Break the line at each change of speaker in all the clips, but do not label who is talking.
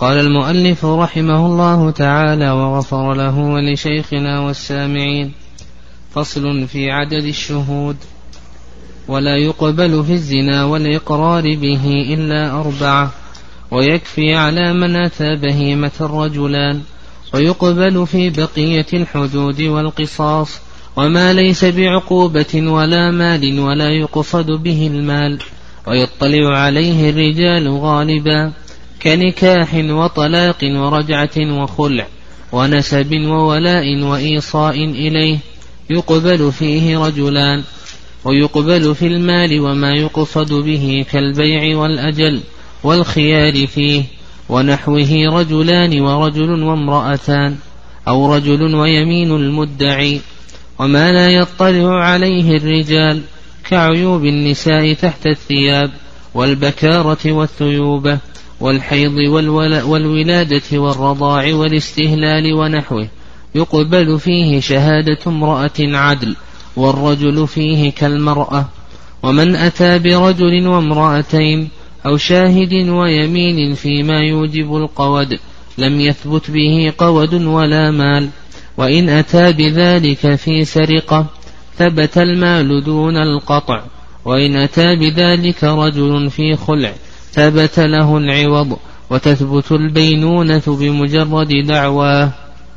قال المؤلف رحمه الله تعالى وغفر له ولشيخنا والسامعين. فصل في عدد الشهود. ولا يقبل في الزنا والإقرار به إلا 4، ويكفي على من أتى بهيمة الرجلان. ويقبل في بقية الحدود والقصاص، وما ليس بعقوبة ولا مال ولا يقصد به المال. ويطلع عليه الرجال غالبا، كنكاح وطلاق ورجعة وخلع ونسب وولاء وإيصاء إليه، يقبل فيه رجلان. ويقبل في المال وما يقصد به كالبيع والأجل والخيار فيه ونحوه رجلان ورجل وامرأتان، أو رجل ويمين المدعي. وما لا يطلع عليه الرجال كعيوب النساء تحت الثياب والبكارة والثيوبة والحيض والولادة والرضاع والاستهلال ونحوه، يقبل فيه شهادة امرأة عدل، والرجل فيه كالمرأة. ومن أتى برجل وامرأتين أو شاهد ويمين فيما يوجب القود لم يثبت به قود ولا مال. وإن أتى بذلك في سرقة ثبت المال دون القطع. وإن أتى بذلك رجل في خلع ثبت له العوض، وتثبت البينونة بمجرد دعواه.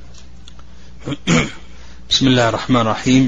بسم الله الرحمن الرحيم.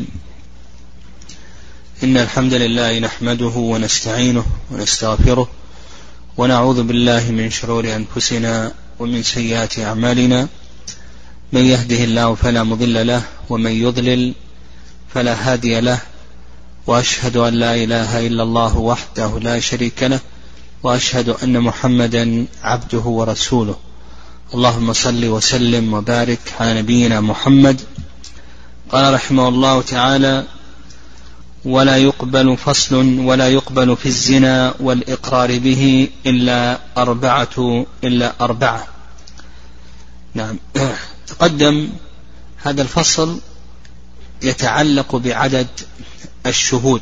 إن الحمد لله نحمده ونستعينه ونستغفره، ونعوذ بالله من شرور أنفسنا ومن سيئات أعمالنا. من يهده الله فلا مضل له، ومن يضلل فلا هادي له. وأشهد أن لا إله إلا الله وحده لا شريك له، وأشهد أن محمدا عبده ورسوله. اللهم صل وسلم وبارك على نبينا محمد. قال رحمه الله تعالى: ولا يقبل فصل ولا يقبل في الزنا والإقرار به إلا أربعة. نعم. تقدم هذا الفصل يتعلق بعدد الشهود،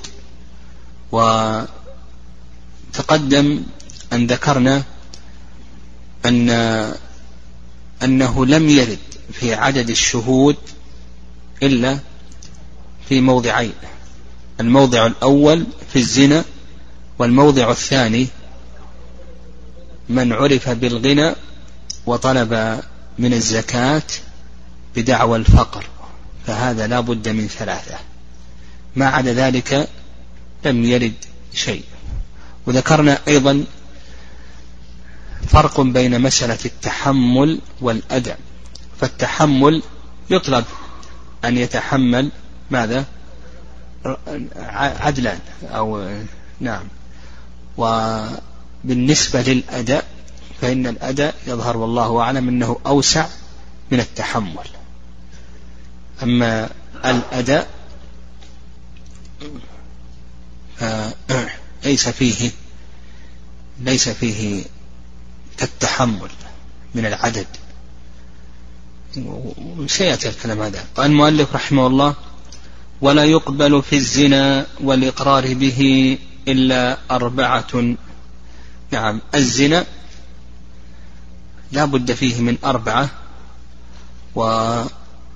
وتقدم أن ذكرنا أنه لم يرد في عدد الشهود إلا في موضعين: الموضع الأول في الزنا، والموضع الثاني من عرف بالغنى وطلب من الزكاة بدعوى الفقر، فهذا لا بد من 3. ما عدا ذلك لم يرد شيء. وذكرنا أيضا فرق بين مسألة التحمل والأداء. فالتحمل يطلب أن يتحمل ماذا؟ عدلا أو نعم. وبالنسبة للأداء فإن الأداء يظهر والله أعلم أنه أوسع من التحمل. أما الأداء ليس فيه كالتحمل من العدد، سيأتي الكلام هذا. قال المؤلف رحمه الله: ولا يقبل في الزنا والإقرار به إلا 4. نعم، الزنا لا بد فيه من 4، ودليل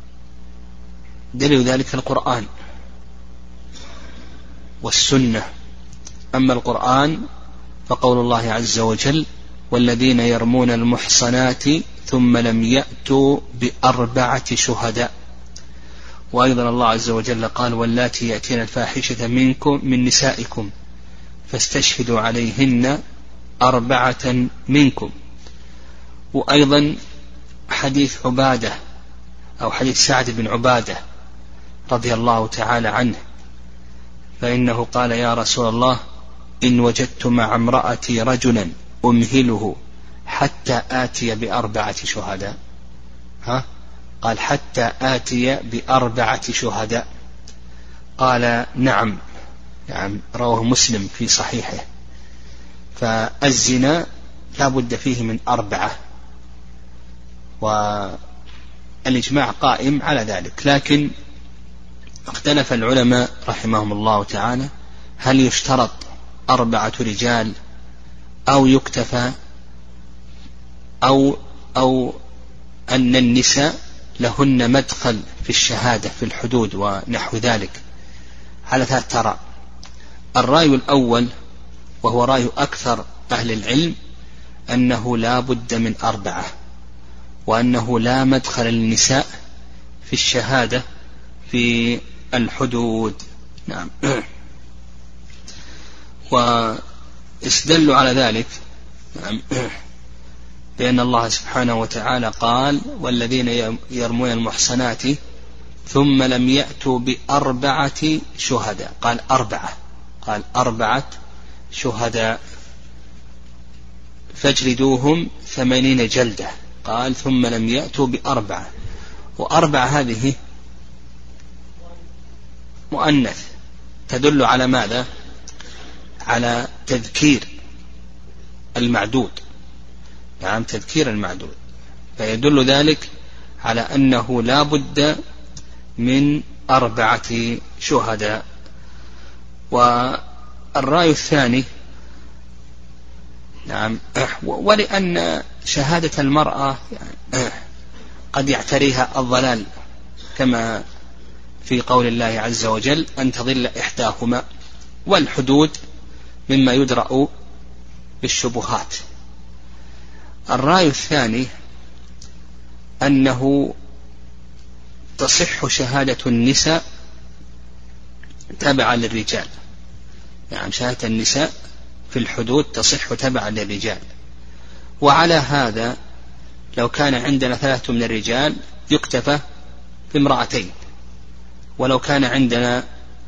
ذلك القرآن والسنة. أما القرآن فقول الله عز وجل: والذين يرمون المحصنات ثم لم يأتوا ب4 شهداء. وأيضا الله عز وجل قال: واللاتي يأتين الفاحشة منكم من نسائكم فاستشهدوا عليهن 4 منكم. وأيضا حديث عبادة أو حديث سعد بن عبادة رضي الله تعالى عنه، فإنه قال: يا رسول الله، إن وجدت مع امرأتي رجلا أمهله حتى آتي ب4 شهداء. قال: حتى آتي ب4 شهداء. قال: نعم. رواه مسلم في صحيحه. فالزنا لا بد فيه من 4، والإجماع قائم على ذلك. لكن اختلف العلماء رحمهم الله تعالى: هل يشترط 4 رجال أو يكتفى، أو أو أن النساء لهن مدخل في الشهادة في الحدود ونحو ذلك، على 3 آراء. الرأي الأول وهو رأي أكثر أهل العلم أنه لا بد من 4، وأنه لا مدخل للنساء في الشهادة في الحدود. نعم. واستدلوا على ذلك بأن الله سبحانه وتعالى قال: والذين يرمون المحصنات ثم لم يأتوا ب4 شهداء. قال 4 شهداء فاجلدوهم 80 جلدة. قال ثم لم يأتوا ب4، و4 هذه مؤنث تدل على ماذا؟ على تذكير المعدود. نعم، تذكير المعدود، فيدل ذلك على أنه لا بد من 4 شهداء. والرأي الثاني، نعم، ولأن شهادة المرأة قد يعتريها الضلال، كما في قول الله عز وجل: أن تضل إحداهما، والحدود مما يدرأ بالشبهات. الرأي الثاني أنه تصح شهادة النساء تبعا للرجال. يعني شهادة النساء في الحدود تصح تبعا للرجال. وعلى هذا لو كان عندنا 3 من الرجال يكتفى ب2، ولو كان عندنا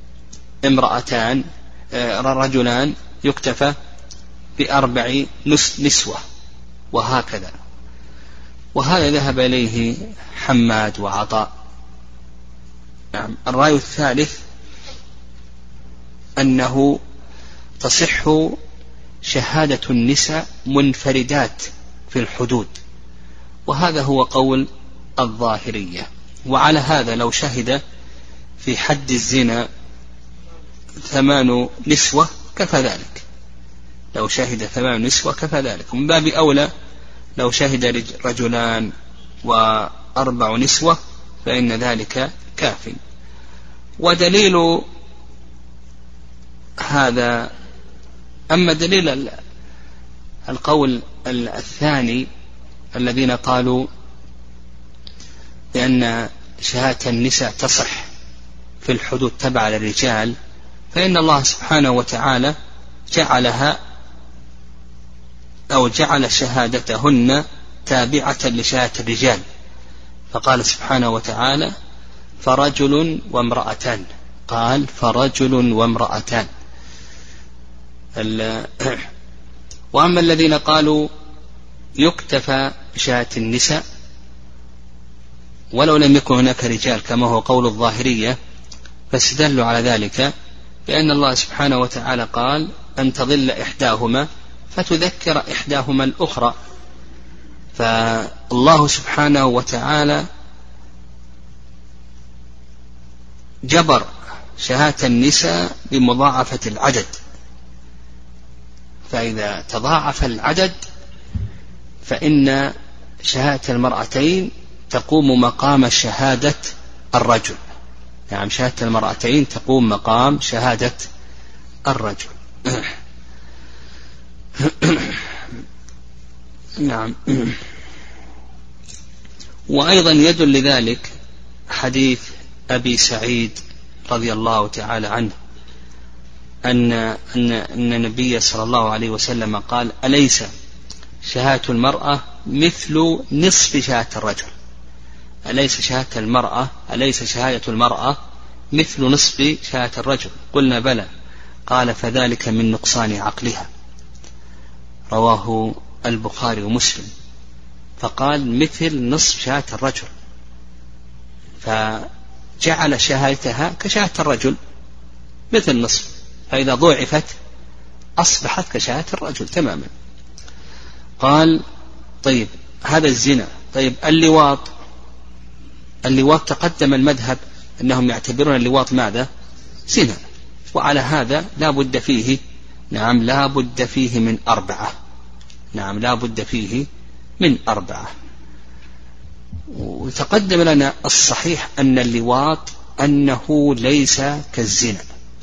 رجلان يكتفى ب4 نسوة، وهكذا. وهذا ذهب إليه حماد وعطاء. نعم. الرأي الثالث أنه تصح شهادة النساء منفردات في الحدود، وهذا هو قول الظاهرية. وعلى هذا لو شهد في حد الزنا 8 نسوة كفى ذلك، لو شهد 8 نسوة كفى ذلك. ومن باب أولى لو شهد رجلان و4 نسوة فإن ذلك كاف. ودليل هذا، أما دليل القول الثاني الذين قالوا بأن شهادة النساء تصح في الحدود تبع للرجال، فإن الله سبحانه وتعالى جعل شهادتهن تابعة لشهادة الرجال، فقال سبحانه وتعالى: فرجل وامرأتان. قال: فرجل وامرأتان. وأما الذين قالوا يكتفى بشهادة النساء ولو لم يكن هناك رجال كما هو قول الظاهرية، فاستدلوا على ذلك بأن الله سبحانه وتعالى قال: أن تضل إحداهما فتذكر إحداهما الأخرى. فالله سبحانه وتعالى جبر شهادة النساء بمضاعفة العدد، فإذا تضاعف العدد فإن شهادة المرأتين تقوم مقام شهادة الرجل. يعني شهادة المرأتين تقوم مقام شهادة الرجل. نعم. وأيضا يدل لذلك حديث أبي سعيد رضي الله تعالى عنه أن النبي صلى الله عليه وسلم قال: أليس شهادة المرأة مثل نصف شهادة الرجل؟ أليس شهادة المرأة مثل نصف شهادة الرجل؟ قلنا: بلى. قال: فذلك من نقصان عقلها. رواه البخاري ومسلم. فقال: مثل نصف شهادة الرجل، فجعل شهادتها كشهادة الرجل مثل نصف، فإذا ضعفت أصبحت كشهادة الرجل تماما. قال: طيب هذا الزنا. طيب اللواط تقدم المذهب أنهم يعتبرون اللواط ماذا؟ زنا. وعلى هذا لا بد فيه، لا بد فيه من 4. وتقدم لنا الصحيح أن اللواط أنه ليس كالزنا،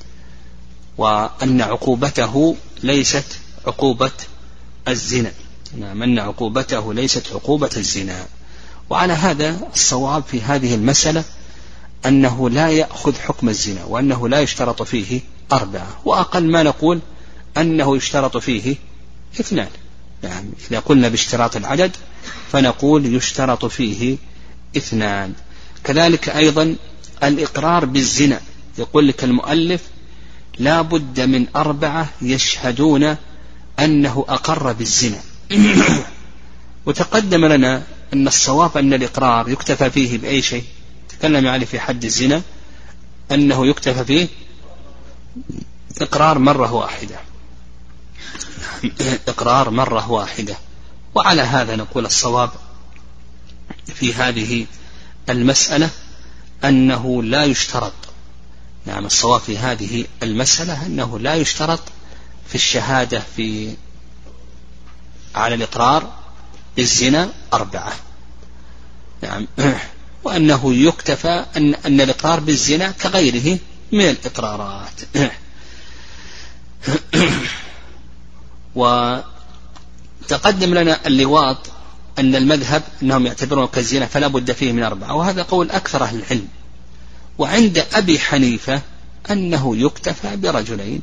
وأن عقوبته ليست عقوبة الزنا. نعم، أن عقوبته ليست عقوبة الزنا. وعلى هذا الصواب في هذه المسألة أنه لا يأخذ حكم الزنا، وأنه لا يشترط فيه 4، وأقل ما نقول أنه يشترط فيه 2. نعم، إذا قلنا باشتراط العدد فنقول يشترط فيه 2. كذلك أيضا الإقرار بالزنا، يقول لك المؤلف لا بد من 4 يشهدون أنه أقر بالزنا. وتقدم لنا أن الصواب أن الإقرار يكتفى فيه بأي شيء. تكلم يعني في حد الزنا أنه يكتفى فيه إقرار مرة واحدة، إقرار مرة واحدة. وعلى هذا نقول الصواب في هذه المسألة أنه لا يشترط. نعم، الصواب في هذه المسألة أنه لا يشترط في الشهادة على الإقرار بالزنا 4. نعم، وأنه يكتفى أن الإقرار بالزنا كغيره من الإقرارات. وتقدم لنا اللواط أن المذهب أنهم يعتبرونه كالزنا فلا بد فيه من 4، وهذا قول أكثر أهل العلم. وعند أبي حنيفة أنه يكتفى برجلين،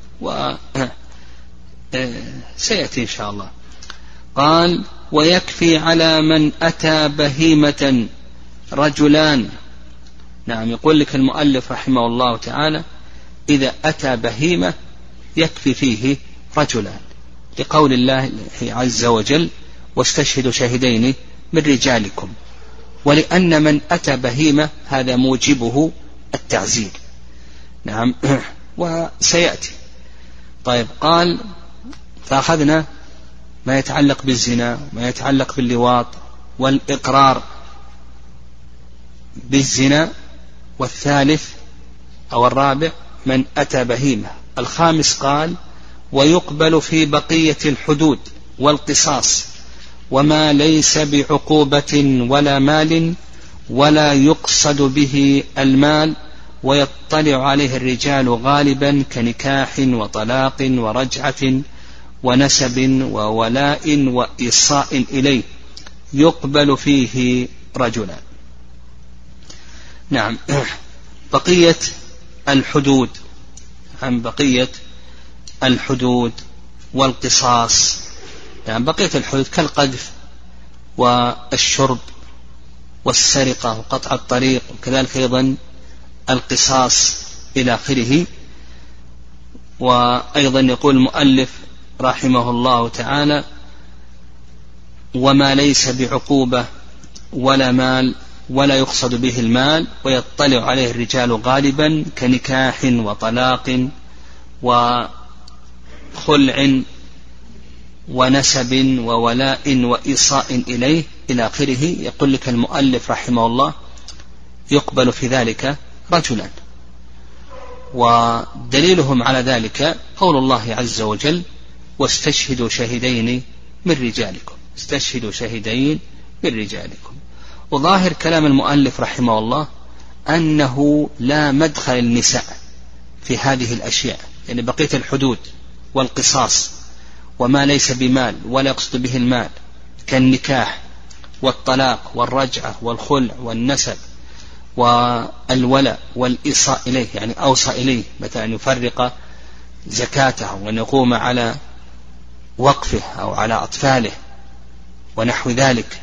وسيأتي إن شاء الله. قال ويكفي على من أتى بهيمة رجلان. نعم، يقول لك المؤلف رحمه الله تعالى إذا أتى بهيمة يكفي فيه رجلان، لقول الله عز وجل واستشهدوا شاهدين من رجالكم، ولأن من أتى بهيمة هذا موجبه التعزير. نعم، وسيأتي. طيب، قال فأخذنا ما يتعلق بالزنا، ما يتعلق باللواط، والإقرار بالزنا، والثالث أو الرابع من أتى بهيمة. الخامس قال ويقبل في بقية الحدود والقصاص وما ليس بعقوبة ولا مال ولا يقصد به المال ويطلع عليه الرجال غالبا كنكاح وطلاق ورجعة ونسب وولاء وإيصاء إليه يقبل فيه رجلا. نعم، بقية الحدود، عن بقية الحدود والقصاص. يعني بقية الحدود كالقذف والشرب والسرقة وقطع الطريق، وكذلك أيضا القصاص إلى آخره. وأيضا يقول المؤلف رحمه الله تعالى وما ليس بعقوبة ولا مال ولا يقصد به المال ويطلع عليه الرجال غالبا كنكاح وطلاق وخلع ونسب وولاء وإيصاء إليه إلى آخره. يقول لك المؤلف رحمه الله يقبل في ذلك رجلا، ودليلهم على ذلك قول الله عز وجل واستشهدوا شاهدين من رجالكم، استشهدوا شاهدين من رجالكم. وظاهر كلام المؤلف رحمه الله أنه لا مدخل النساء في هذه الأشياء، يعني بقية الحدود والقصاص وما ليس بمال ولا يقصد به المال كالنكاح والطلاق والرجعة والخلع والنسب والولاء والإيصاء إليه، يعني أوصى إليه مثلا يفرق زكاته وأن يقوم على وقفه أو على أطفاله ونحو ذلك،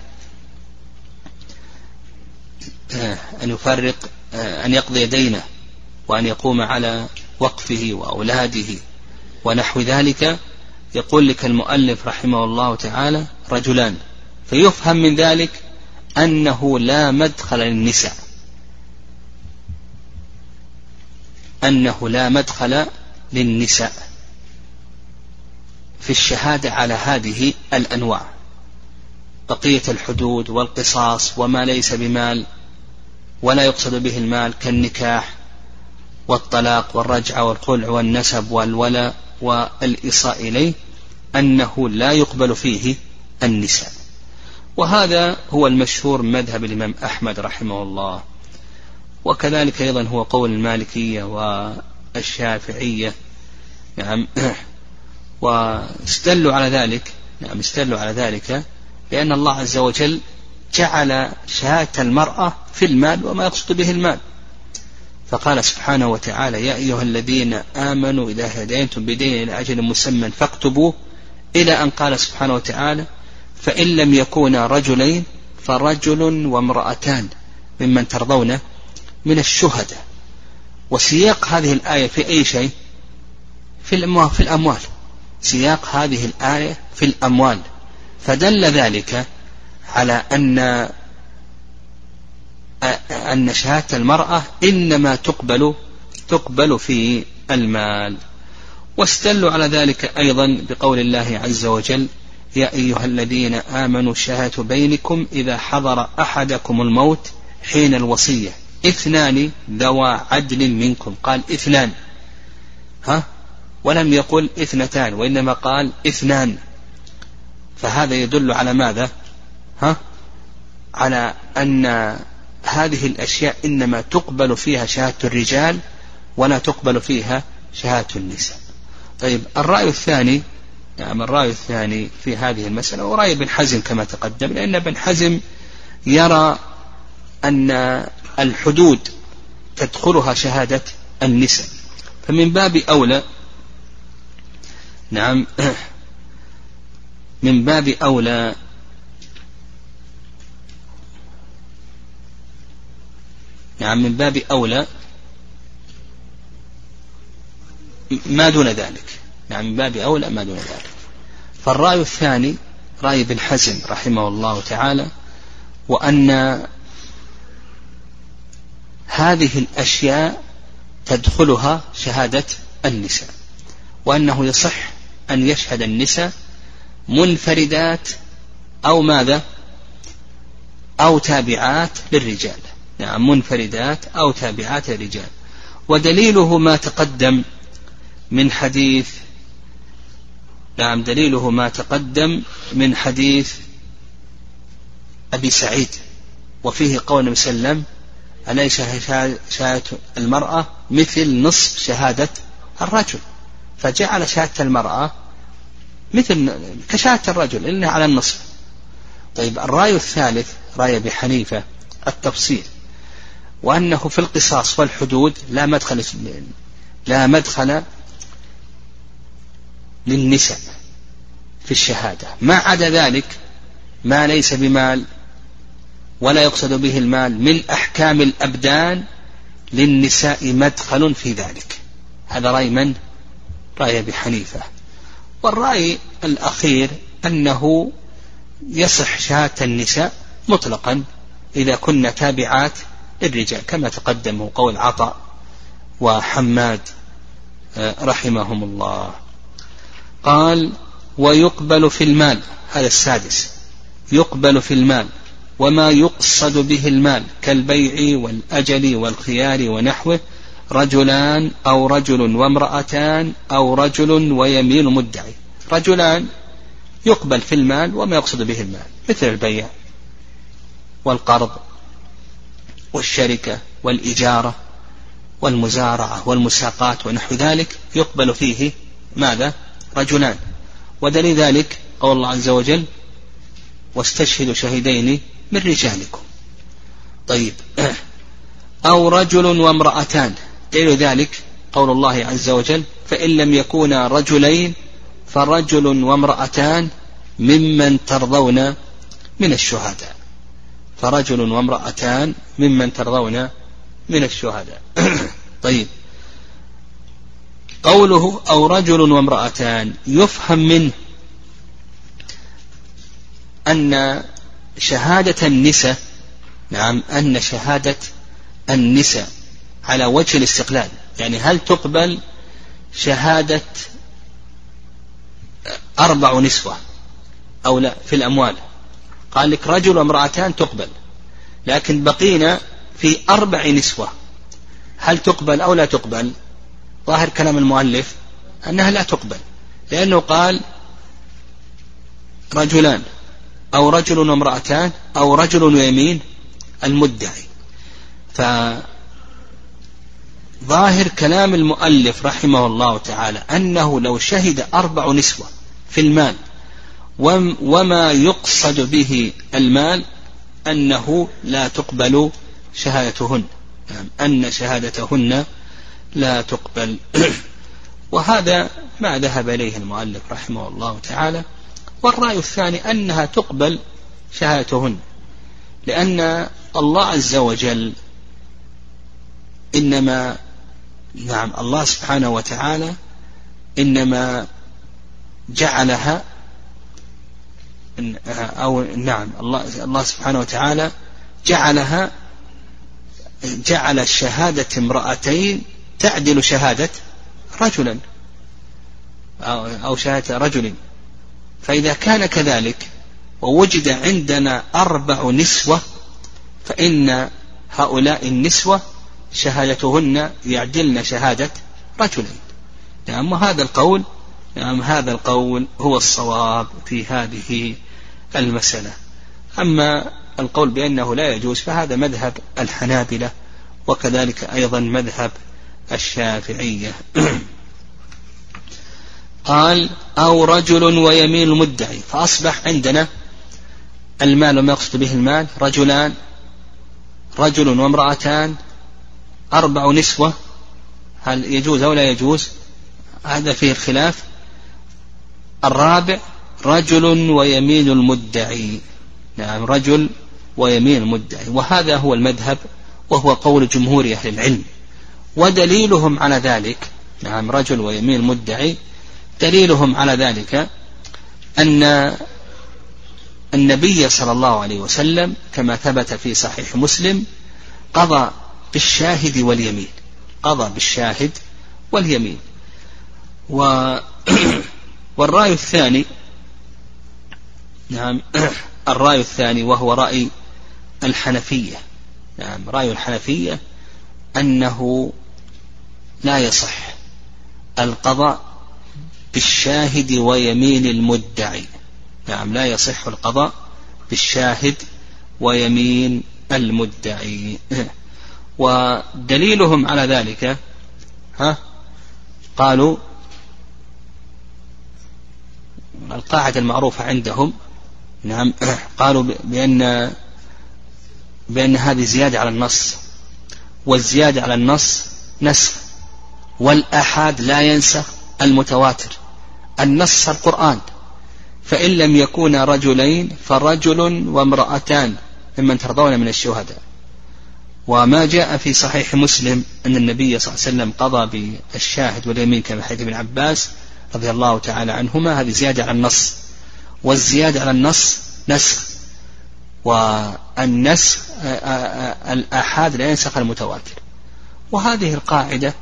أن يفرق أن يقضي دينه وأن يقوم على وقفه وأولاده ونحو ذلك. يقول لك المؤلف رحمه الله تعالى رجلان، فيفهم من ذلك أنه لا مدخل للنساء، أنه لا مدخل للنساء في الشهادة على هذه الأنواع، بقية الحدود والقصاص وما ليس بمال ولا يقصد به المال كالنكاح والطلاق والرجعة والخلع والنسب والولاء والإيصاء إليه، أنه لا يقبل فيه النساء. وهذا هو المشهور من مذهب الإمام أحمد رحمه الله، وكذلك أيضا هو قول المالكية والشافعية. نعم. واستدلوا على ذلك لأن الله عز وجل جعل شهادة المرأة في المال وما يقصد به المال، فقال سبحانه وتعالى: يا أيها الذين آمنوا إذا هديتم بدين إلى أجل مسمى فاكتبوه، إلى أن قال سبحانه وتعالى: فإن لم يكونا رجلين فرجل وامرأتان ممن ترضون من الشهداء. وسياق هذه الآية في أي شيء؟ في الأموال. سياق هذه الآية في الأموال، فدل ذلك على أن شهادة المرأة إنما تقبل في المال. واستدلوا على ذلك أيضا بقول الله عز وجل: يا أيها الذين آمنوا شهادة بينكم إذا حضر أحدكم الموت حين الوصية 2 ذوى عدل منكم. قال 2 ولم يقل 2، وإنما قال 2، فهذا يدل على ماذا؟ على أن هذه الأشياء إنما تقبل فيها شهادة الرجال ولا تقبل فيها شهادة النساء. طيب، الرأي الثاني في هذه المسألة ورأي ابن حزم كما تقدم، لأن ابن حزم يرى أن الحدود تدخلها شهادة النساء، فمن باب أولى من باب أولى ما دون ذلك. من باب أولى ما دون ذلك. فالرأي الثاني رأي ابن حزم رحمه الله تعالى، وأن هذه الأشياء تدخلها شهادة النساء، وأنه يصح أن يشهد النساء منفردات أو ماذا؟ أو تابعات للرجال. منفردات أو تابعات للرجال. ودليله ما تقدم من حديث من حديث أبي سعيد، وفيه قول النبي صلى الله عليه وسلم: أليس شهادة المرأة مثل نصف شهادة الرجل؟ فجعل شهادة المرأة مثل كشهادة الرجل إلا على النصف. طيب، الرأي الثالث رأي أبي حنيفة التفصيل، وأنه في القصاص والحدود لا مدخل للنساء في الشهادة، ما عدا ذلك ما ليس بمال ولا يقصد به المال من أحكام الأبدان للنساء مدخل في ذلك. هذا رأي من؟ رأي أبي حنيفة. والرأي الأخير أنه يصح شهادة النساء مطلقا إذا كنا تابعات للرجال، كما تقدم قول عطاء وحماد رحمهم الله. قال: ويقبل في المال، هذا السادس، يقبل في المال وما يقصد به المال كالبيع والأجل والخيار ونحوه، رجلان أو رجل وامرأتان أو رجل ويمين مدعي. رجلان يقبل في المال وما يقصد به المال، مثل البيع والقرض والشركة والإجارة والمزارعة والمساقات ونحو ذلك، يقبل فيه ماذا؟ رجلان. ودليل ذلك قول الله عز وجل: واستشهدوا شهيدين من رجالكم. طيب، أو رجل وامرأتان، دليل ذلك قول الله عز وجل: فإن لم يكونا رجلين فرجل وامرأتان ممن ترضون من الشهداء. فرجل وامرأتان ممن ترضون من الشهداء. طيب، قوله أو رجل وامرأتان يفهم منه أن شهادة النساء، أن شهادة النساء على وجه الاستقلال، يعني هل تقبل شهادة 4 نسوة أو لا في الأموال؟ قال لك رجل وامرأتان تقبل، لكن بقينا في 4 نسوة، هل تقبل أو لا تقبل؟ ظاهر كلام المؤلف أنها لا تقبل، لأنه قال رجلان أو رجل وامرأتان أو رجل ويمين المدعي. فظاهر كلام المؤلف رحمه الله تعالى أنه لو شهد 4 نسوة في المال وما يقصد به المال أنه لا تقبل شهادتهن، أن شهادتهن لا تقبل. وهذا ما ذهب إليه المؤلف رحمه الله تعالى. والرأي الثاني أنها تقبل شهادتهن، لأن الله عز وجل إنما الله سبحانه وتعالى إنما جعلها الله سبحانه وتعالى جعل شهادة امرأتين تعدل شهادة رجلا أو شهادة رجل. فإذا كان كذلك ووجد عندنا 4 نسوة فإن هؤلاء النسوة شهادتهن يعدلن شهادة رجلين. هذا القول هو الصواب في هذه المسألة. أما القول بأنه لا يجوز فهذا مذهب الحنابلة وكذلك أيضا مذهب الشافعية. قال أو رجل ويمين المدعي، فأصبح عندنا المال وما يقصد به المال رجلان، رجل وامرأتان، 4 نسوة، هل يجوز أو لا يجوز؟ هذا فيه الخلاف. الرابع رجل ويمين المدعي، رجل ويمين المدعي، وهذا هو المذهب وهو قول جمهور أهل العلم. ودليلهم على ذلك رجل ويمين المدعي، دليلهم على ذلك أن النبي صلى الله عليه وسلم كما ثبت في صحيح مسلم قضى بالشاهد واليمين، قضى بالشاهد واليمين. والرأي الثاني الرأي الثاني وهو رأي الحنفية، رأي الحنفية أنه لا يصح القضاء بالشاهد ويمين المدعي، لا يصح القضاء بالشاهد ويمين المدعي. ودليلهم على ذلك قالوا القاعدة المعروفة عندهم، قالوا بأن هذه زيادة على النص، والزيادة على النص نسخ، والآحاد لا ينسخ المتواتر. النص القرآن، فإن لم يكونا رجلين فرجل وامرأتان ممن ترضون من الشهداء. وما جاء في صحيح مسلم أن النبي صلى الله عليه وسلم قضى بالشاهد واليمين كما حديث ابن عباس رضي الله تعالى عنهما، هذه زيادة على النص، والزيادة على النص نسخ، والنسخ الآحاد لا ينسخ المتواتر. وهذه القاعدة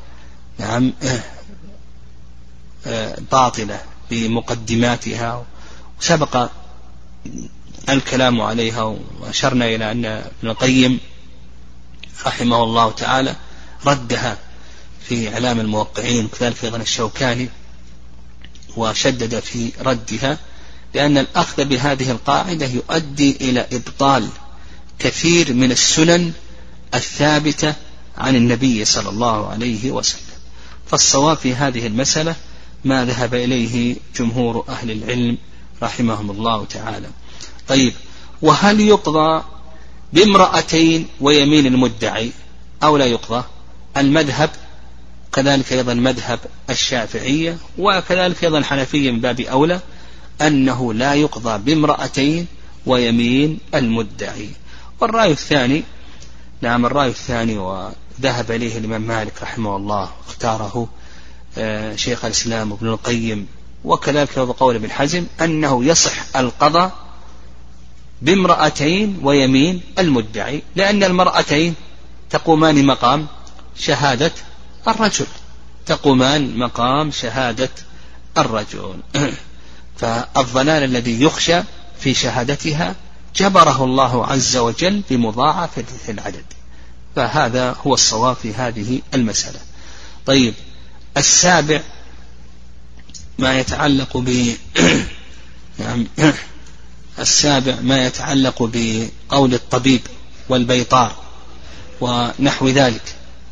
باطلة بمقدماتها، وسبق الكلام عليها، وأشرنا إلى أن ابن القيم رحمه الله تعالى ردها في إعلام الموقعين، وكذلك أيضا الشوكاني، وشدد في ردها، لأن الأخذ بهذه القاعدة يؤدي إلى إبطال كثير من السنن الثابتة عن النبي صلى الله عليه وسلم. فالصواب في هذه المسألة ما ذهب إليه جمهور أهل العلم رحمهم الله تعالى. طيب، وهل يقضى بامرأتين ويمين المدعي أو لا يقضى؟ المذهب كذلك أيضا مذهب الشافعية وكذلك أيضا الحنفية من باب أولى أنه لا يقضى بامرأتين ويمين المدعي. والرأي الثاني الرأي الثاني وذهب إليه الإمام مالك رحمه الله، اختاره شيخ الإسلام ابن القيم، وكذلك قول ابن حزم أنه يصح القضاء بامرأتين ويمين المدعي، لأن المرأتين تقومان مقام شهادة الرجل، تقومان مقام شهادة الرجل. فالضلال الذي يخشى في شهادتها جبره الله عز وجل بمضاعفة العدد، فهذا هو الصواب في هذه المسألة. طيب، السابع ما يتعلق السابع ما يتعلق بقول الطبيب والبيطار ونحو ذلك،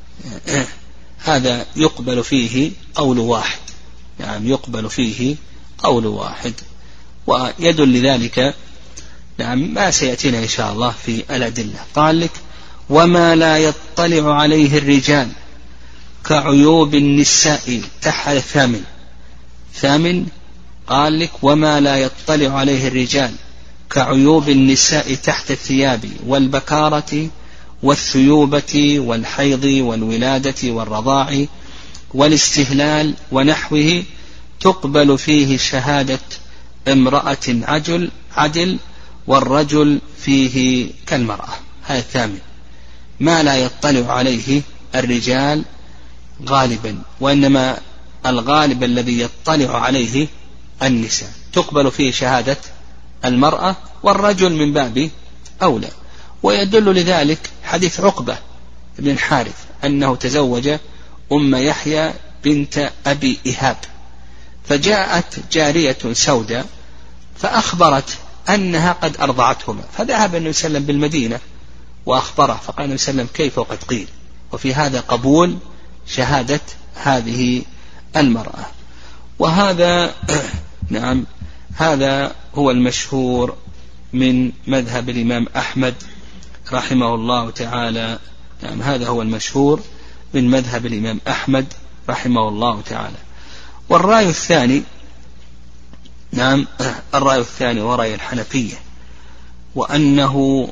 هذا يقبل فيه قول واحد، يعني يقبل فيه قول واحد. ويدل لذلك نعم ما سيأتينا إن شاء الله في الأدلة. قال لك وما لا يطلع عليه الرجال كعيوب النساء تحت ثامن قال لك وما لا يطلع عليه الرجال كعيوب النساء تحت الثياب والبكارة والثيوبة والحيض والولادة والرضاع والاستهلال ونحوه تقبل فيه شهادة امرأة عدل والرجل فيه كالمرأة. هذا الثامن ما لا يطلع عليه الرجال غالبا، وإنما الغالب الذي يطلع عليه النساء تقبل فيه شهادة المرأة، والرجل من باب أولى. ويدل لذلك حديث عقبة بن الحارث أنه تزوج أم يحيى بنت أبي إيهاب، فجاءت جارية سوداء فأخبرت أنها قد أرضعتهما، فذهب النبي صلى الله عليه وسلم بالمدينة وأخبره، فقال النبي صلى الله عليه وسلم كيف وقد قيل. وفي هذا قبول شهادة هذه المرأة. وهذا نعم هذا هو المشهور من مذهب الإمام أحمد رحمه الله تعالى. نعم هذا هو المشهور من مذهب الإمام أحمد رحمه الله تعالى. والرأي الثاني نعم الرأي الثاني ورأي الحنفية، وأنه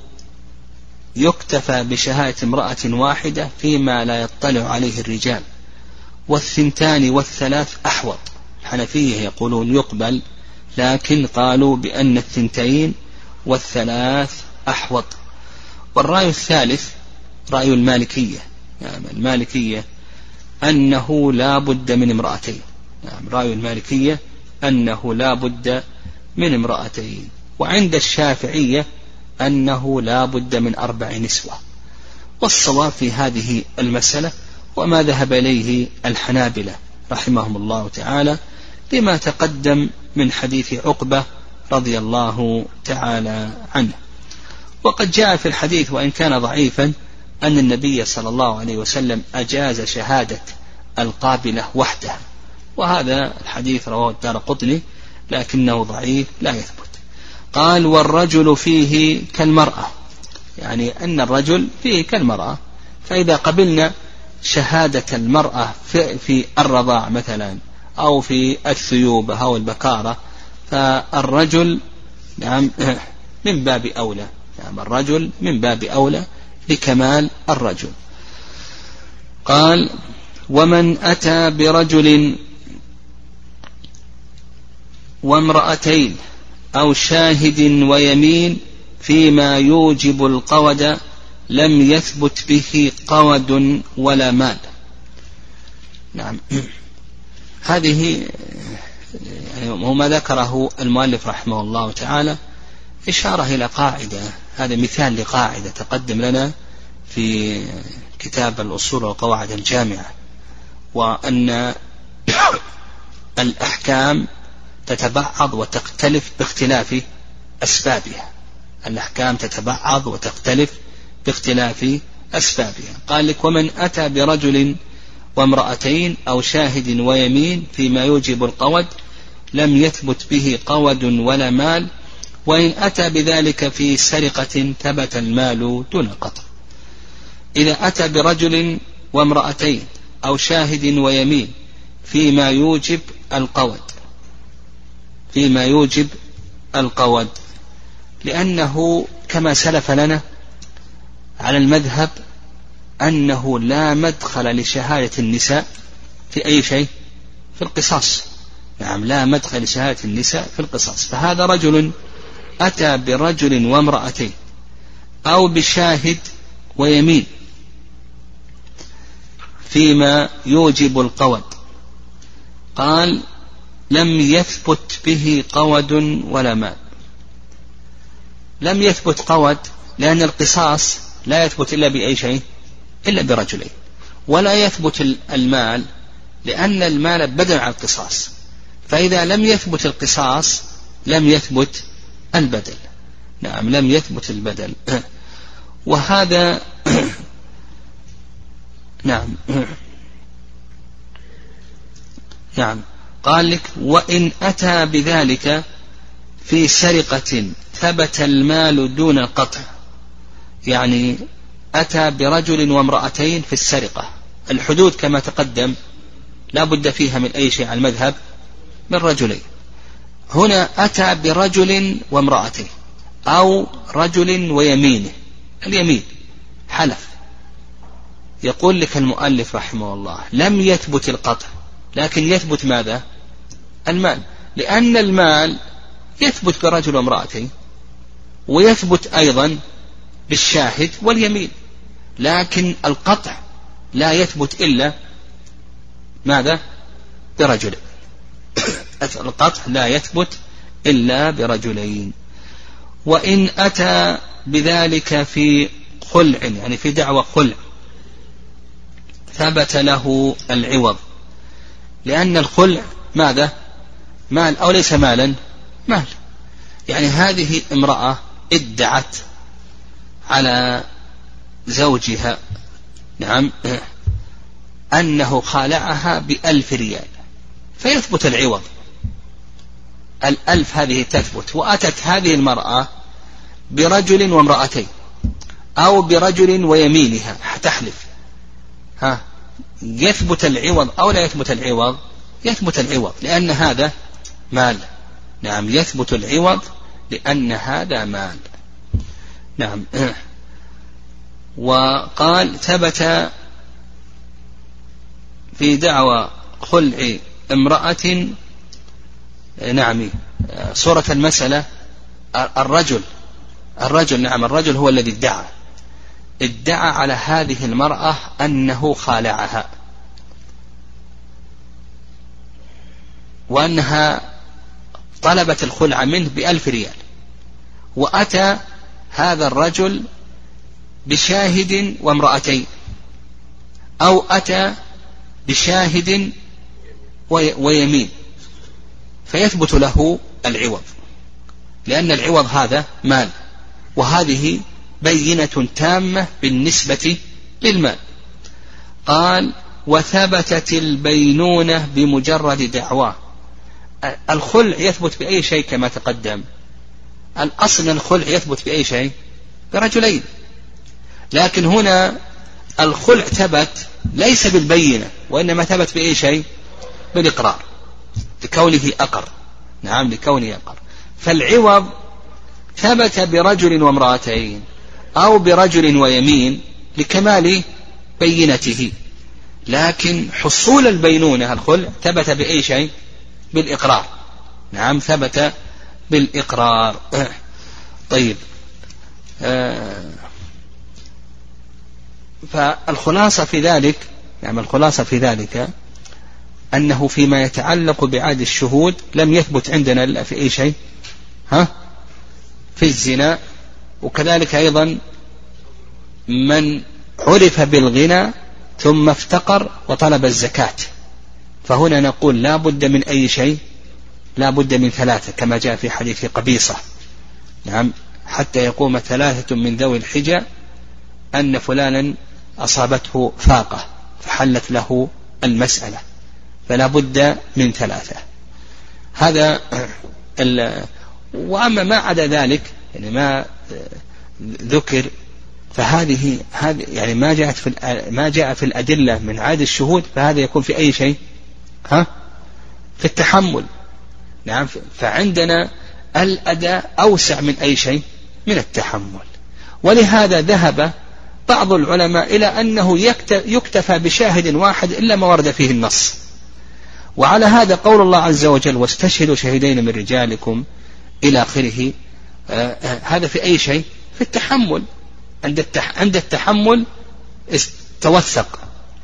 يكتفى بشهادة امرأة واحدة فيما لا يطلع عليه الرجال، والثنتان والثلاث أحوط. الحنفية يقولون يقبل، لكن قالوا بأن الثنتين والثلاث أحوط. والرأي الثالث رأي المالكية، يعني المالكية أنه لا بد من امرأتين، يعني رأي المالكية أنه لا بد من امرأتين. وعند الشافعية أنه لا بد من 4 نسوة. والصواب في هذه المسألة وما ذهب إليه الحنابلة رحمهم الله تعالى لما تقدم من حديث عقبة رضي الله تعالى عنه. وقد جاء في الحديث وإن كان ضعيفا أن النبي صلى الله عليه وسلم أجاز شهادة القابلة وحدها، وهذا الحديث رواه الدارقطني لكنه ضعيف لا يثبت. قال والرجل فيه كالمرأة، يعني أن الرجل فيه كالمرأة، فإذا قبلنا شهادة المرأة في الرضاع مثلا أو في الثيوبة أو البكارة فالرجل نعم من باب أولى، نعم الرجل من باب أولى لكمال الرجل. قال ومن أتى برجل وامرأتين أو شاهد ويمين فيما يوجب القود لم يثبت به قود ولا مال. نعم هذه يعني ما ذكره المؤلف رحمه الله تعالى إشارة إلى قاعدة، هذا مثال لقاعدة تقدم لنا في كتاب الأصول والقواعد الجامعة، وأن الأحكام تتبعض وتختلف باختلاف أسبابها. الأحكام تتبعض وتختلف باختلاف أسبابها. قال لك ومن أتى برجل وامرأتين أو شاهد ويمين فيما يوجب القود لم يثبت به قود ولا مال، وإن أتى بذلك في سرقة ثبت المال دون القطع. إذا أتى برجل وامرأتين أو شاهد ويمين فيما يوجب القود، لأنه كما سلف لنا على المذهب أنه لا مدخل لشهادة النساء في أي شيء في القصاص. نعم لا مدخل لشهادة النساء في القصاص. فهذا رجل أتى برجل وامرأتين أو بشاهد ويمين فيما يوجب القود، قال لم يثبت به قود ولا مال. لم يثبت قود لأن القصاص لا يثبت إلا بأي شيء إلا برجلين، ولا يثبت المال لأن المال بدل عن القصاص، فإذا لم يثبت القصاص لم يثبت البدل. نعم لم يثبت البدل. وهذا نعم قال لك وإن أتى بذلك في سرقة ثبت المال دون القطع، يعني أتى برجل وامرأتين في السرقة، الحدود كما تقدم لا بد فيها من أي شيء على المذهب من رجلين، هنا أتى برجل وامرأتين أو رجل ويمينه، اليمين حلف. يقول لك المؤلف رحمه الله لم يثبت القطع، لكن يثبت ماذا؟ المال، لأن المال يثبت برجل وامرأتين ويثبت أيضا بالشاهد واليمين، لكن القطع لا يثبت إلا ماذا؟ برجل. القطع لا يثبت إلا برجلين. وإن أتى بذلك في خلع، يعني في دعوى خلع، ثبت له العوض، لأن الخلع ماذا؟ مال أو ليس مالا؟ مال. يعني هذه امرأة ادعت على زوجها نعم أنه خالعها ب1000 ريال، فيثبت العوض، 1000 هذه تثبت. وأتت هذه المرأة برجل وامرأتين أو برجل ويمينها تحلف، يثبت العوض أو لا يثبت العوض؟ يثبت العوض لأن هذا مال. نعم يثبت العوض لأن هذا مال. نعم. وقال ثبت في دعوى خلع امرأة، نعم صورة المسألة الرجل نعم الرجل هو الذي ادعى على هذه المرأة أنه خالعها وأنها طلبت الخلع منه ب1000 ريال، وأتى هذا الرجل بشاهد وامرأتين أو أتى بشاهد ويمين، فيثبت له العوض، لأن العوض هذا مال، وهذه بينة تامة بالنسبة للمال. قال وثبتت البينونة بمجرد دعواه. الخلع يثبت بأي شيء كما تقدم؟ الأصل الخلع يثبت بأي شيء؟ برجلين، لكن هنا الخلع ثبت ليس بالبينة، وإنما ثبت بأي شيء؟ بالإقرار، لكونه أقر. نعم لكونه أقر. فالعوض ثبت برجل وامرأتين أو برجل ويمين لكمال بينته، لكن حصول البينونة الخلع ثبت بأي شيء؟ بالإقرار. نعم ثبت بالإقرار. طيب، فالخلاصة في ذلك، يعني الخلاصة في ذلك أنه فيما يتعلق بعاد الشهود لم يثبت عندنا إلا في أي شيء؟ في الزنا. وكذلك أيضا من عرف بالغنى ثم افتقر وطلب الزكاة، فهنا نقول لا بد من أي شيء؟ لا بد من 3 كما جاء في حديث قبيصة. نعم حتى يقوم 3 من ذوي الحجة أن فلانا أصابته فاقة فحلت له المسألة، فلا بد من 3. هذا وأما ما عدا ذلك يعني ما ذكر فهذه يعني ما جاء في الأدلة من عاد الشهود، فهذا يكون في أي شيء؟ في التحمل. نعم فعندنا الأداء أوسع من أي شيء؟ من التحمل. ولهذا ذهب بعض العلماء إلى أنه يكتفى بشاهد واحد إلا ما ورد فيه النص. وعلى هذا قول الله عز وجل واستشهدوا شهيدين من رجالكم إلى آخره. هذا في أي شيء؟ في التحمل. عند التحمل توثق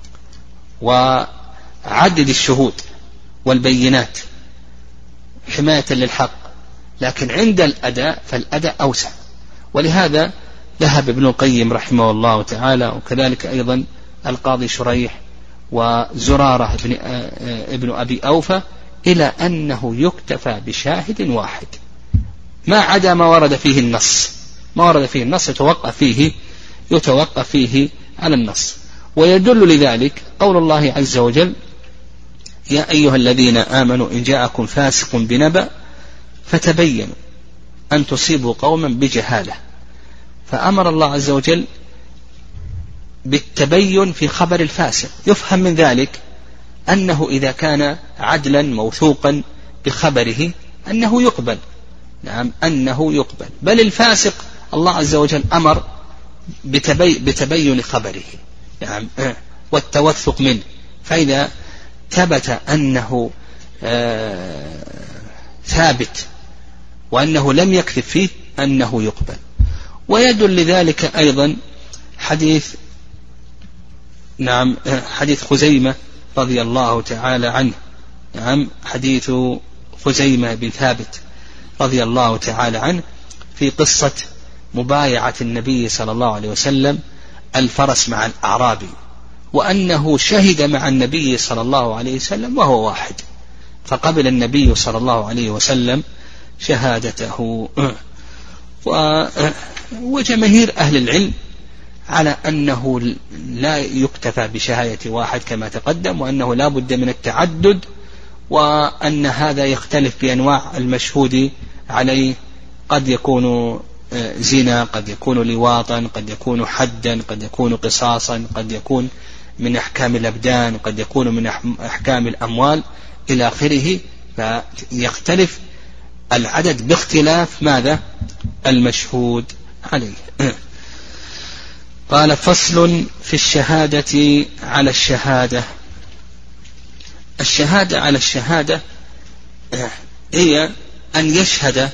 وعدد الشهود والبينات حماية للحق، لكن عند الأداء فالأداء أوسع. ولهذا ذهب ابن القيم رحمه الله تعالى وكذلك أيضا القاضي شريح وزرارة ابن أبي أوفى إلى أنه يكتفى بشاهد واحد ما عدا ما ورد فيه النص، ما ورد فيه النص يتوقف فيه على النص. ويدل لذلك قول الله عز وجل: يا أيها الذين آمنوا إن جاءكم فاسق بنبأ فتبينوا أن تصيبوا قوما بجهالة. فأمر الله عز وجل بالتبين في خبر الفاسق. يفهم من ذلك أنه إذا كان عدلا موثوقا بخبره أنه يقبل، نعم أنه يقبل. بل الفاسق الله عز وجل أمر بتبين خبره، نعم، والتوثق منه. فإذا ثبت أنه ثابت وأنه لم يكذب فيه أنه يقبل. ويدل لذلك أيضا حديث خزيمة رضي الله تعالى عنه، نعم، حديث خزيمة بن ثابت رضي الله تعالى عنه في قصة مبايعة النبي صلى الله عليه وسلم الفرس مع الأعرابي، وأنه شهد مع النبي صلى الله عليه وسلم وهو واحد، فقبل النبي صلى الله عليه وسلم شهادته. وجماهير أهل العلم على أنه لا يكتفى بشهادة واحد كما تقدم، وأنه لا بد من التعدد، وأن هذا يختلف بأنواع المشهود عليه، قد يكون زنا، قد يكون لواطا، قد يكون حدا، قد يكون قصاصا، قد يكون من أحكام الأبدان، قد يكون من أحكام الأموال إلى آخره. فيختلف العدد باختلاف ماذا؟ المشهود عليه. قال: فصل في الشهادة على الشهادة. الشهادة على الشهادة هي أن يشهد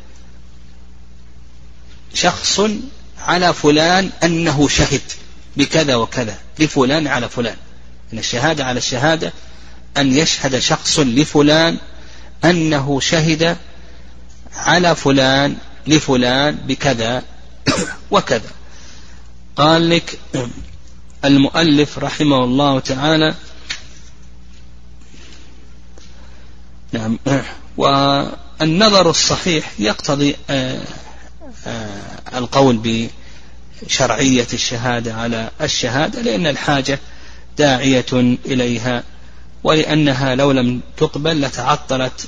شخص على فلان أنه شهد بكذا وكذا لفلان على فلان. إن الشهادة على الشهادة أن يشهد شخص لفلان أنه شهد على فلان لفلان بكذا وكذا. قال لك المؤلف رحمه الله تعالى: نعم، والنظر الصحيح يقتضي القول بشرعية الشهادة على الشهادة، لأن الحاجة داعية إليها، ولأنها لو لم تقبل لتعطلت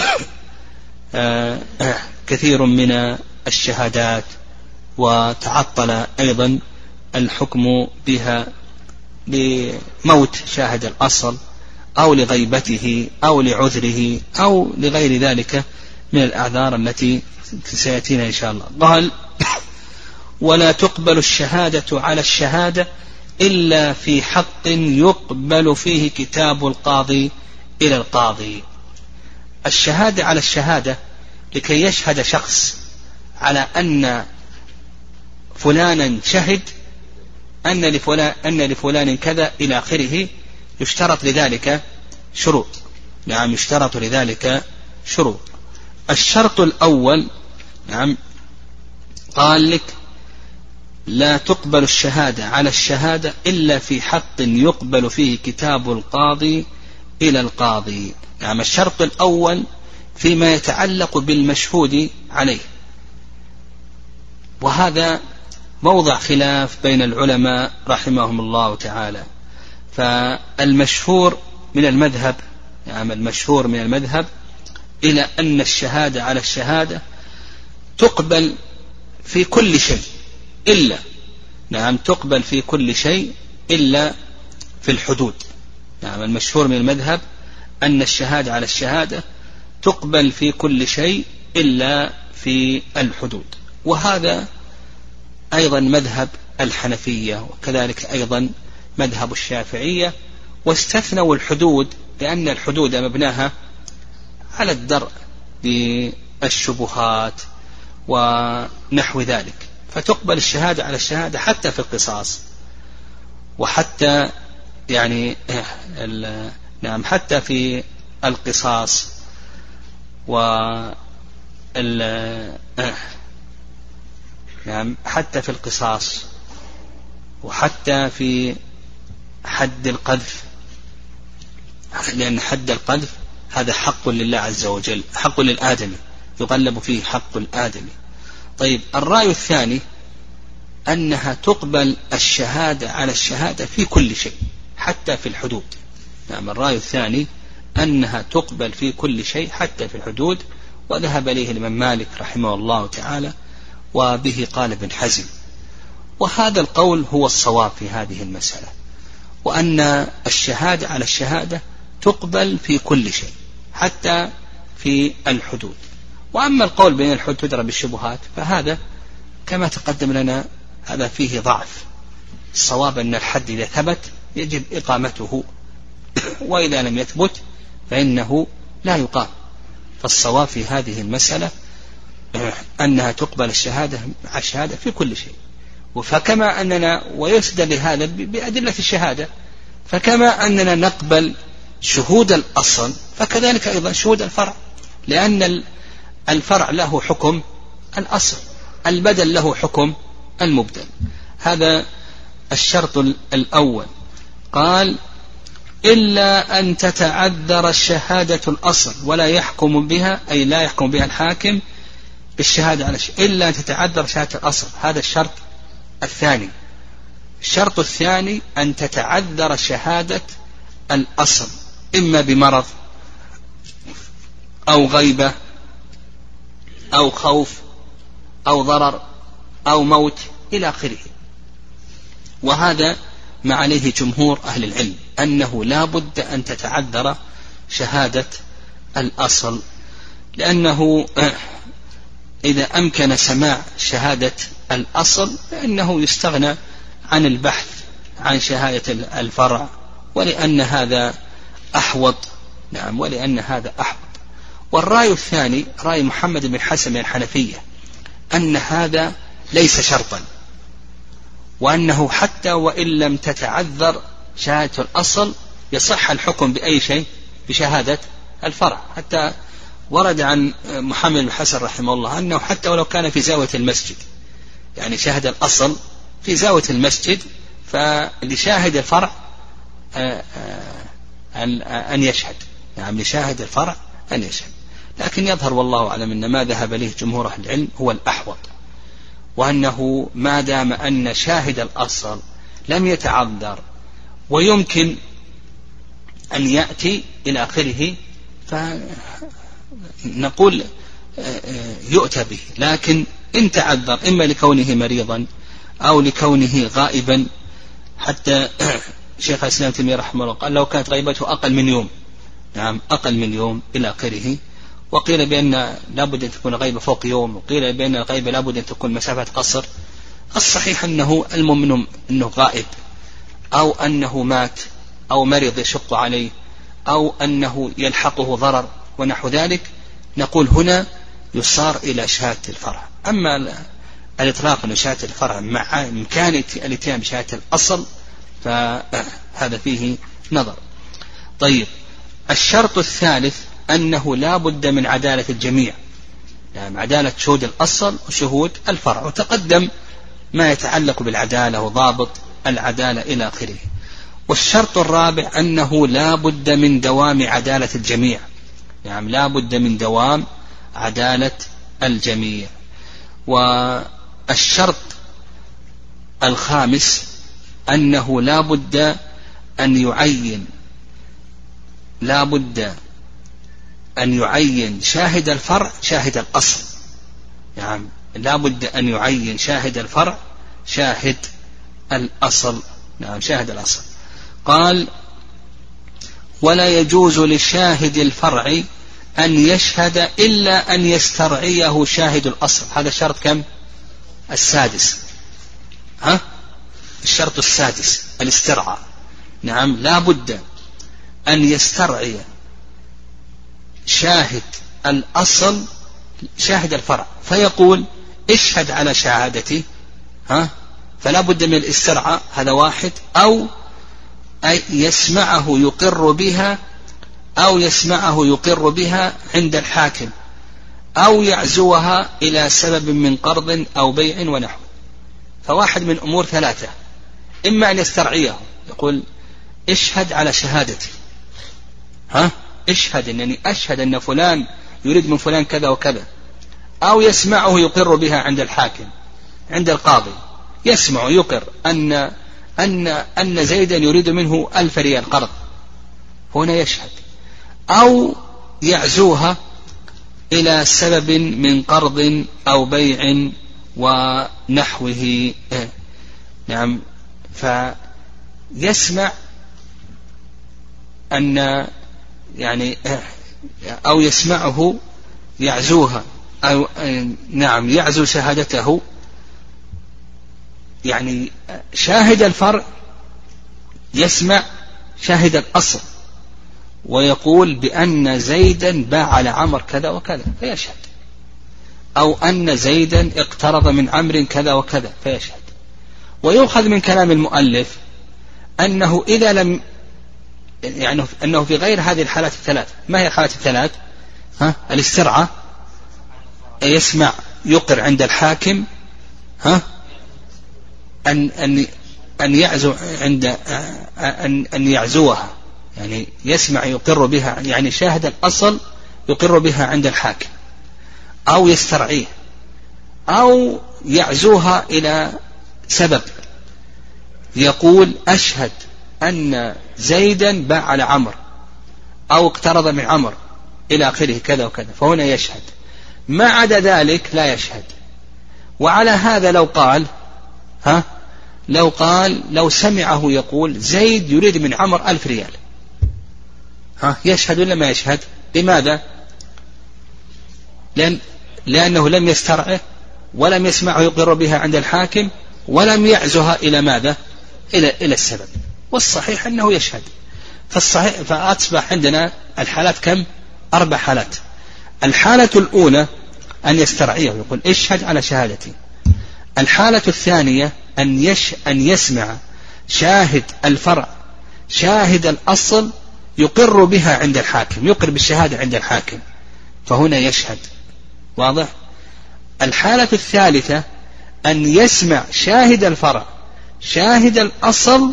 كثير من الشهادات، وتعطل أيضا الحكم بها لموت شاهد الأصل أو لغيبته أو لعذره أو لغير ذلك من الأعذار التي سيأتينا إن شاء الله. قال: ولا تقبل الشهادة على الشهادة إلا في حق يقبل فيه كتاب القاضي إلى القاضي. الشهادة على الشهادة لكي يشهد شخص على أن فلانا شهد أن لفلان كذا إلى آخره، يشترط لذلك شروط. نعم، يشترط لذلك شروط. الشرط الأول، نعم، قال لك: لا تقبل الشهادة على الشهادة إلا في حق يقبل فيه كتاب القاضي إلى القاضي. نعم، الشرط الأول فيما يتعلق بالمشهود عليه، وهذا موضع خلاف بين العلماء رحمهم الله تعالى. فالمشهور من المذهب، نعم، المشهور من المذهب إلى أن الشهادة على الشهادة تقبل في كل شيء إلا، نعم، تقبل في كل شيء إلا في الحدود. نعم، المشهور من المذهب أن الشهادة على الشهادة تقبل في كل شيء إلا في الحدود. وهذا أيضا مذهب الحنفية، وكذلك أيضا مذهب الشافعية، واستثنوا الحدود لأن الحدود مبناها على الدرء بالشبهات ونحو ذلك، فتقبل الشهادة على الشهادة حتى في القصاص، وحتى نعم، حتى في القصاص نعم، حتى في القصاص، وحتى في حد القذف، لأن حد القذف هذا حق لله عز وجل، حق للآدمي، يغلب فيه حق الآدمي. طيب الرأي الثاني أنها تقبل الشهادة على الشهادة في كل شيء حتى في الحدود. نعم الرأي الثاني أنها تقبل في كل شيء حتى في الحدود، وذهب إليه الإمام مالك رحمه الله تعالى، وبه قال ابن حزم. وهذا القول هو الصواب في هذه المسألة، وأن الشهادة على الشهادة تقبل في كل شيء حتى في الحدود. وأما القول بين الحدود تدرى بالشبهات فهذا كما تقدم لنا هذا فيه ضعف. الصواب أن الحد إذا ثبت يجب إقامته، وإذا لم يثبت فإنه لا يقام. فالصواب في هذه المسألة أنها تقبل الشهادة على الشهادة في كل شيء. فكما أننا ويسدل لهذا بأدلة الشهادة، فكما أننا نقبل شهود الأصل فكذلك أيضا شهود الفرع، لأن الفرع له حكم الأصل، البدل له حكم المبدل. هذا الشرط الأول. قال إلا أن تتعذر الشهادة الأصل ولا يحكم بها، أي لا يحكم بها الحاكم بالشهادة على شيء إلا أن تتعذر شهادة الأصل. هذا الشرط الثاني. الشرط الثاني أن تتعذر شهادة الأصل إما بمرض أو غيبة أو خوف أو ضرر أو موت إلى آخره. وهذا ما عليه جمهور أهل العلم، أنه لا بد أن تتعذر شهادة الأصل، لأنه إذا أمكن سماع شهادة الأصل فإنه يستغنى عن البحث عن شهادة الفرع، ولأن هذا أحوط. نعم ولأن هذا أحوط. والرأي الثاني رأي محمد بن حسن من الحنفية أن هذا ليس شرطا، وأنه حتى وإن لم تتعذر شهادة الأصل يصح الحكم بأي شيء بشهادة الفرع. حتى ورد عن محمد بن حسن رحمه الله أنه حتى ولو كان في زاوية المسجد، يعني شاهد الأصل في زاوية المسجد، فلشاهد الفرع أن يشهد. يعني لشاهد الفرع أن يشهد. لكن يظهر والله أعلم أن ما ذهب إليه جمهور أهل العلم هو الأحوط، وأنه ما دام أن شاهد الأصل لم يتعذر ويمكن أن يأتي إلى آخره فنقول يؤتى به. لكن إن تعذر إما لكونه مريضا أو لكونه غائبا، حتى شيخ الإسلام تيمية رحمه الله قال لو كانت غيبته أقل من يوم، نعم أقل من يوم إلى آخره. وقيل بأن لابد أن تكون غيبة فوق يوم، وقيل بأن الغيبة لابد أن تكون مسافة قصر. الصحيح أنه المؤمن أنه غائب، أو أنه مات أو مرض يشق عليه، أو أنه يلحقه ضرر ونحو ذلك، نقول هنا يصار إلى شهادة الفرع. أما الإطلاق أن شهادة الفرع مع إمكان الاتيان بشهادة الأصل فهذا فيه نظر. طيب الشرط الثالث أنه لا بد من عدالة الجميع، يعني عدالة شهود الأصل وشهود الفرع، وتقدم ما يتعلق بالعدالة وضابط العدالة إلى آخره. والشرط الرابع أنه لا بد من دوام عدالة الجميع، يعني لا بد من دوام عدالة الجميع. والشرط الخامس أنه لا بد أن يعين شاهد الفرع شاهد الأصل، يعني لا بد أن يعين شاهد الفرع شاهد الأصل. نعم شاهد الأصل. قال ولا يجوز لشاهد الفرع أن يشهد إلا أن يسترعيه شاهد الأصل. هذا الشرط كم؟ السادس. الشرط السادس الاسترعاء. نعم لا بد أن يسترعي شاهد الأصل شاهد الفرع، فيقول اشهد على شهادتي، فلا بد من الاسترعاء. هذا واحد. أو أي يسمعه يقر بها عند الحاكم، أو يعزوها إلى سبب من قرض أو بيع ونحو. فواحد من أمور ثلاثة: إما أن يسترعيه يقول اشهد على شهادتي، اشهد أنني أشهد أن فلان يريد من فلان كذا وكذا، أو يسمعه يقر بها عند الحاكم عند القاضي، يسمع يقر أن زيدا يريد منه 1000 ريال قرض، هنا يشهد. أو يعزوها إلى سبب من قرض أو بيع ونحوه، نعم، فيسمع أن يعني أو يسمعه يعزوها، أو نعم يعزو شهادته، يعني شاهد الفرع يسمع شاهد الأصل ويقول بأن زيدا باع على عمر كذا وكذا فيشهد، أو أن زيدا اقترض من عمرو كذا وكذا فيشهد. ويؤخذ من كلام المؤلف أنه إذا لم يعني أنه في غير هذه الحالات الثلاث. ما هي الحالات الثلاث؟ الاسترعاء يسمع يقر عند الحاكم، أن يعزو عند أن يعزوها، يعني يسمع يقر بها، يعني شاهد الأصل يقر بها عند الحاكم، أو يسترعيه، أو يعزوها إلى سبب يقول أشهد أن زيدا باع على عمر أو اقترض من عمر إلى آخره كذا وكذا، فهنا يشهد. ما عدا ذلك لا يشهد. وعلى هذا لو سمعه يقول زيد يريد من عمر 1000 ريال، يشهد ولا ما يشهد؟ لماذا؟ لأنه لم يسترعه ولم يسمعه يقر بها عند الحاكم ولم يعزها إلى ماذا؟ إلى السبب. والصحيح أنه يشهد. فأصبح عندنا الحالات كم؟ 4 حالات. الحالة الأولى أن يسترعيه ويقول اشهد على شهادتي. الحالة الثانية أن يسمع شاهد الفرع شاهد الأصل يقر بها عند الحاكم، يقر بالشهادة عند الحاكم، فهنا يشهد. واضح؟ الحالة الثالثة أن يسمع شاهد الفرع شاهد الأصل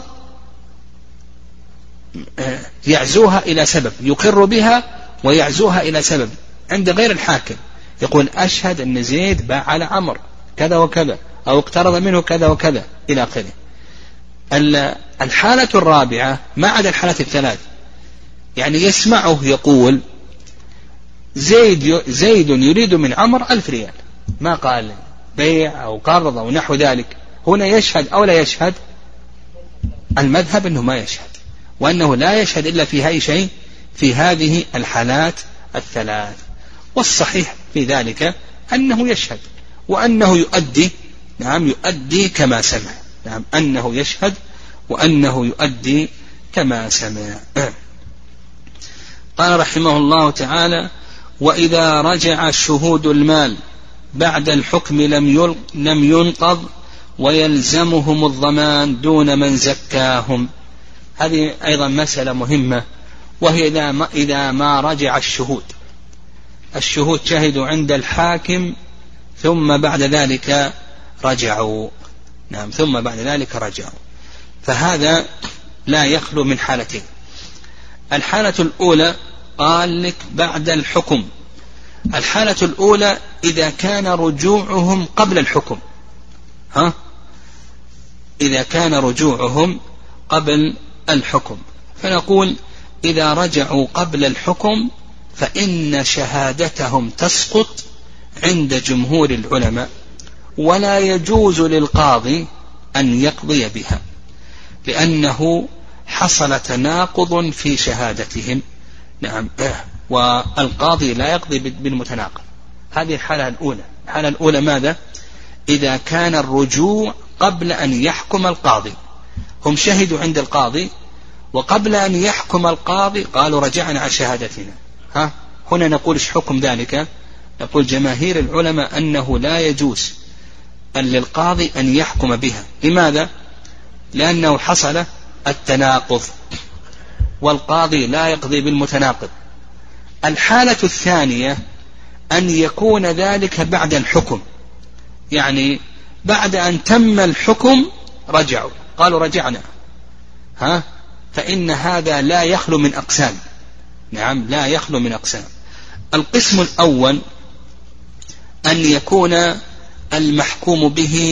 يعزوها إلى سبب، يقر بها ويعزوها إلى سبب عند غير الحاكم، يقول أشهد أن زيد باع على عمر كذا وكذا أو اقترض منه كذا وكذا إلى آخره. الحالة الرابعة ما عدا الحالات الثلاث، يعني يسمعه يقول زيد يريد من عمر 1000 ريال، ما قال بيع أو قرض أو نحو ذلك، هنا يشهد أو لا يشهد؟ المذهب أنه ما يشهد، وأنه لا يشهد إلا في هاي شيء في هذه الحالات الثلاث. والصحيح في ذلك أنه يشهد وأنه يؤدي، نعم يؤدي كما سمع، نعم أنه يشهد وأنه يؤدي كما سمع. قال رحمه الله تعالى: وإذا رجع الشهود المال بعد الحكم لم ينقض ويلزمهم الضمان دون من زكاهم. هذه أيضا مسألة مهمة، وهي إذا ما رجع الشهود شهدوا عند الحاكم ثم بعد ذلك رجعوا، نعم ثم بعد ذلك رجعوا، فهذا لا يخلو من حالتين. الحالة الأولى قال لك بعد الحكم. الحالة الأولى إذا كان رجوعهم قبل الحكم، إذا كان رجوعهم قبل الحكم، فنقول إذا رجعوا قبل الحكم فإن شهادتهم تسقط عند جمهور العلماء، ولا يجوز للقاضي أن يقضي بها، لأنه حصل تناقض في شهادتهم، نعم، والقاضي لا يقضي بالمتناقض. هذه الحالة الأولى. الحالة الأولى ماذا؟ إذا كان الرجوع قبل أن يحكم القاضي، هم شهدوا عند القاضي وقبل أن يحكم القاضي قالوا رجعنا عن شهادتنا، هنا نقول ايش حكم ذلك؟ نقول جماهير العلماء أنه لا يجوز أن للقاضي أن يحكم بها. لماذا؟ لأنه حصل التناقض، والقاضي لا يقضي بالمتناقض. الحالة الثانية أن يكون ذلك بعد الحكم، يعني بعد أن تم الحكم رجعوا قالوا رجعنا، فإن هذا لا يخلو من أقسام، نعم لا يخلو من أقسام. القسم الأول أن يكون المحكوم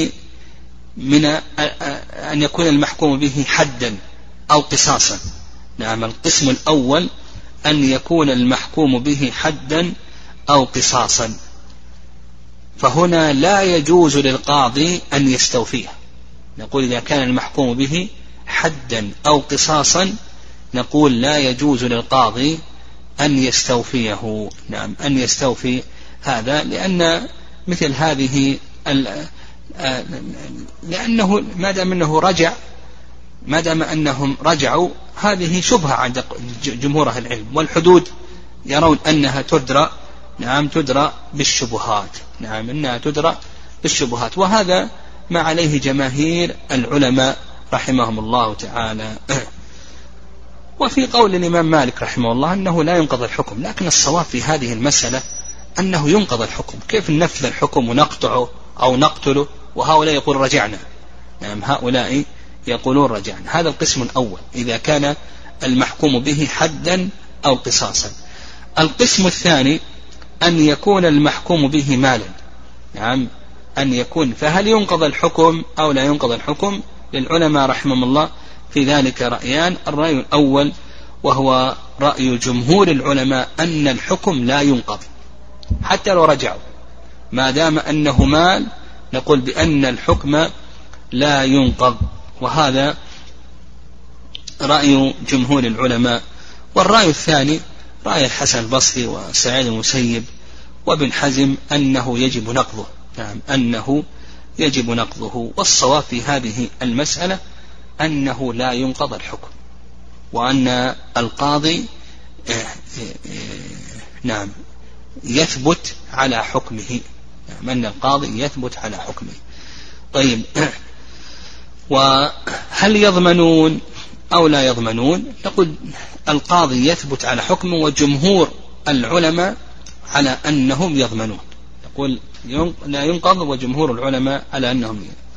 به حدا أو قصاصا. نعم، القسم الأول أن يكون المحكوم به حدا أو قصاصا، فهنا لا يجوز للقاضي أن يستوفيه. نقول إذا كان المحكوم به حدا أو قصاصا نقول لا يجوز للقاضي أن يستوفيه. نعم، أن يستوفي هذا، لأن مثل هذه لأنه ما دام أنهم رجعوا هذه شبهة عند جمهور أهل العلم، والحدود يرون أنها تدرى. نعم، تدرى بالشبهات. نعم، أنها تدرى بالشبهات، وهذا ما عليه جماهير العلماء رحمهم الله تعالى. وفي قول الإمام مالك رحمه الله أنه لا ينقض الحكم، لكن الصواب في هذه المسألة أنه ينقض الحكم. كيف ننفذ الحكم ونقطعه أو نقتله وهؤلاء يقول رجعنا؟ نعم، هؤلاء يقولون رجعنا. هذا القسم الأول إذا كان المحكوم به حدا أو قصاصا. القسم الثاني أن يكون المحكوم به مالا. نعم، أن يكون، فهل ينقض الحكم أو لا ينقض الحكم؟ للعلماء رحمهم الله في ذلك رأيان. الرأي الأول وهو رأي جمهور العلماء أن الحكم لا ينقض حتى لو رجعوا، ما دام أنه مال نقول بأن الحكم لا ينقض، وهذا رأي جمهور العلماء. والرأي الثاني رأي الحسن البصري وسعيد المسيب وابن حزم أنه يجب نقضه. نعم، أنه يجب نقضه. والصواب في هذه المسألة أنه لا ينقض الحكم، وأن القاضي نعم يثبت على حكمه. نعم، أن القاضي يثبت على حكمه. طيب، وهل يضمنون أو لا يضمنون؟ نقول القاضي يثبت على حكمه، وجمهور العلماء على أنهم يضمنون. نقول لا ينقض، وجمهور العلماء على أنهم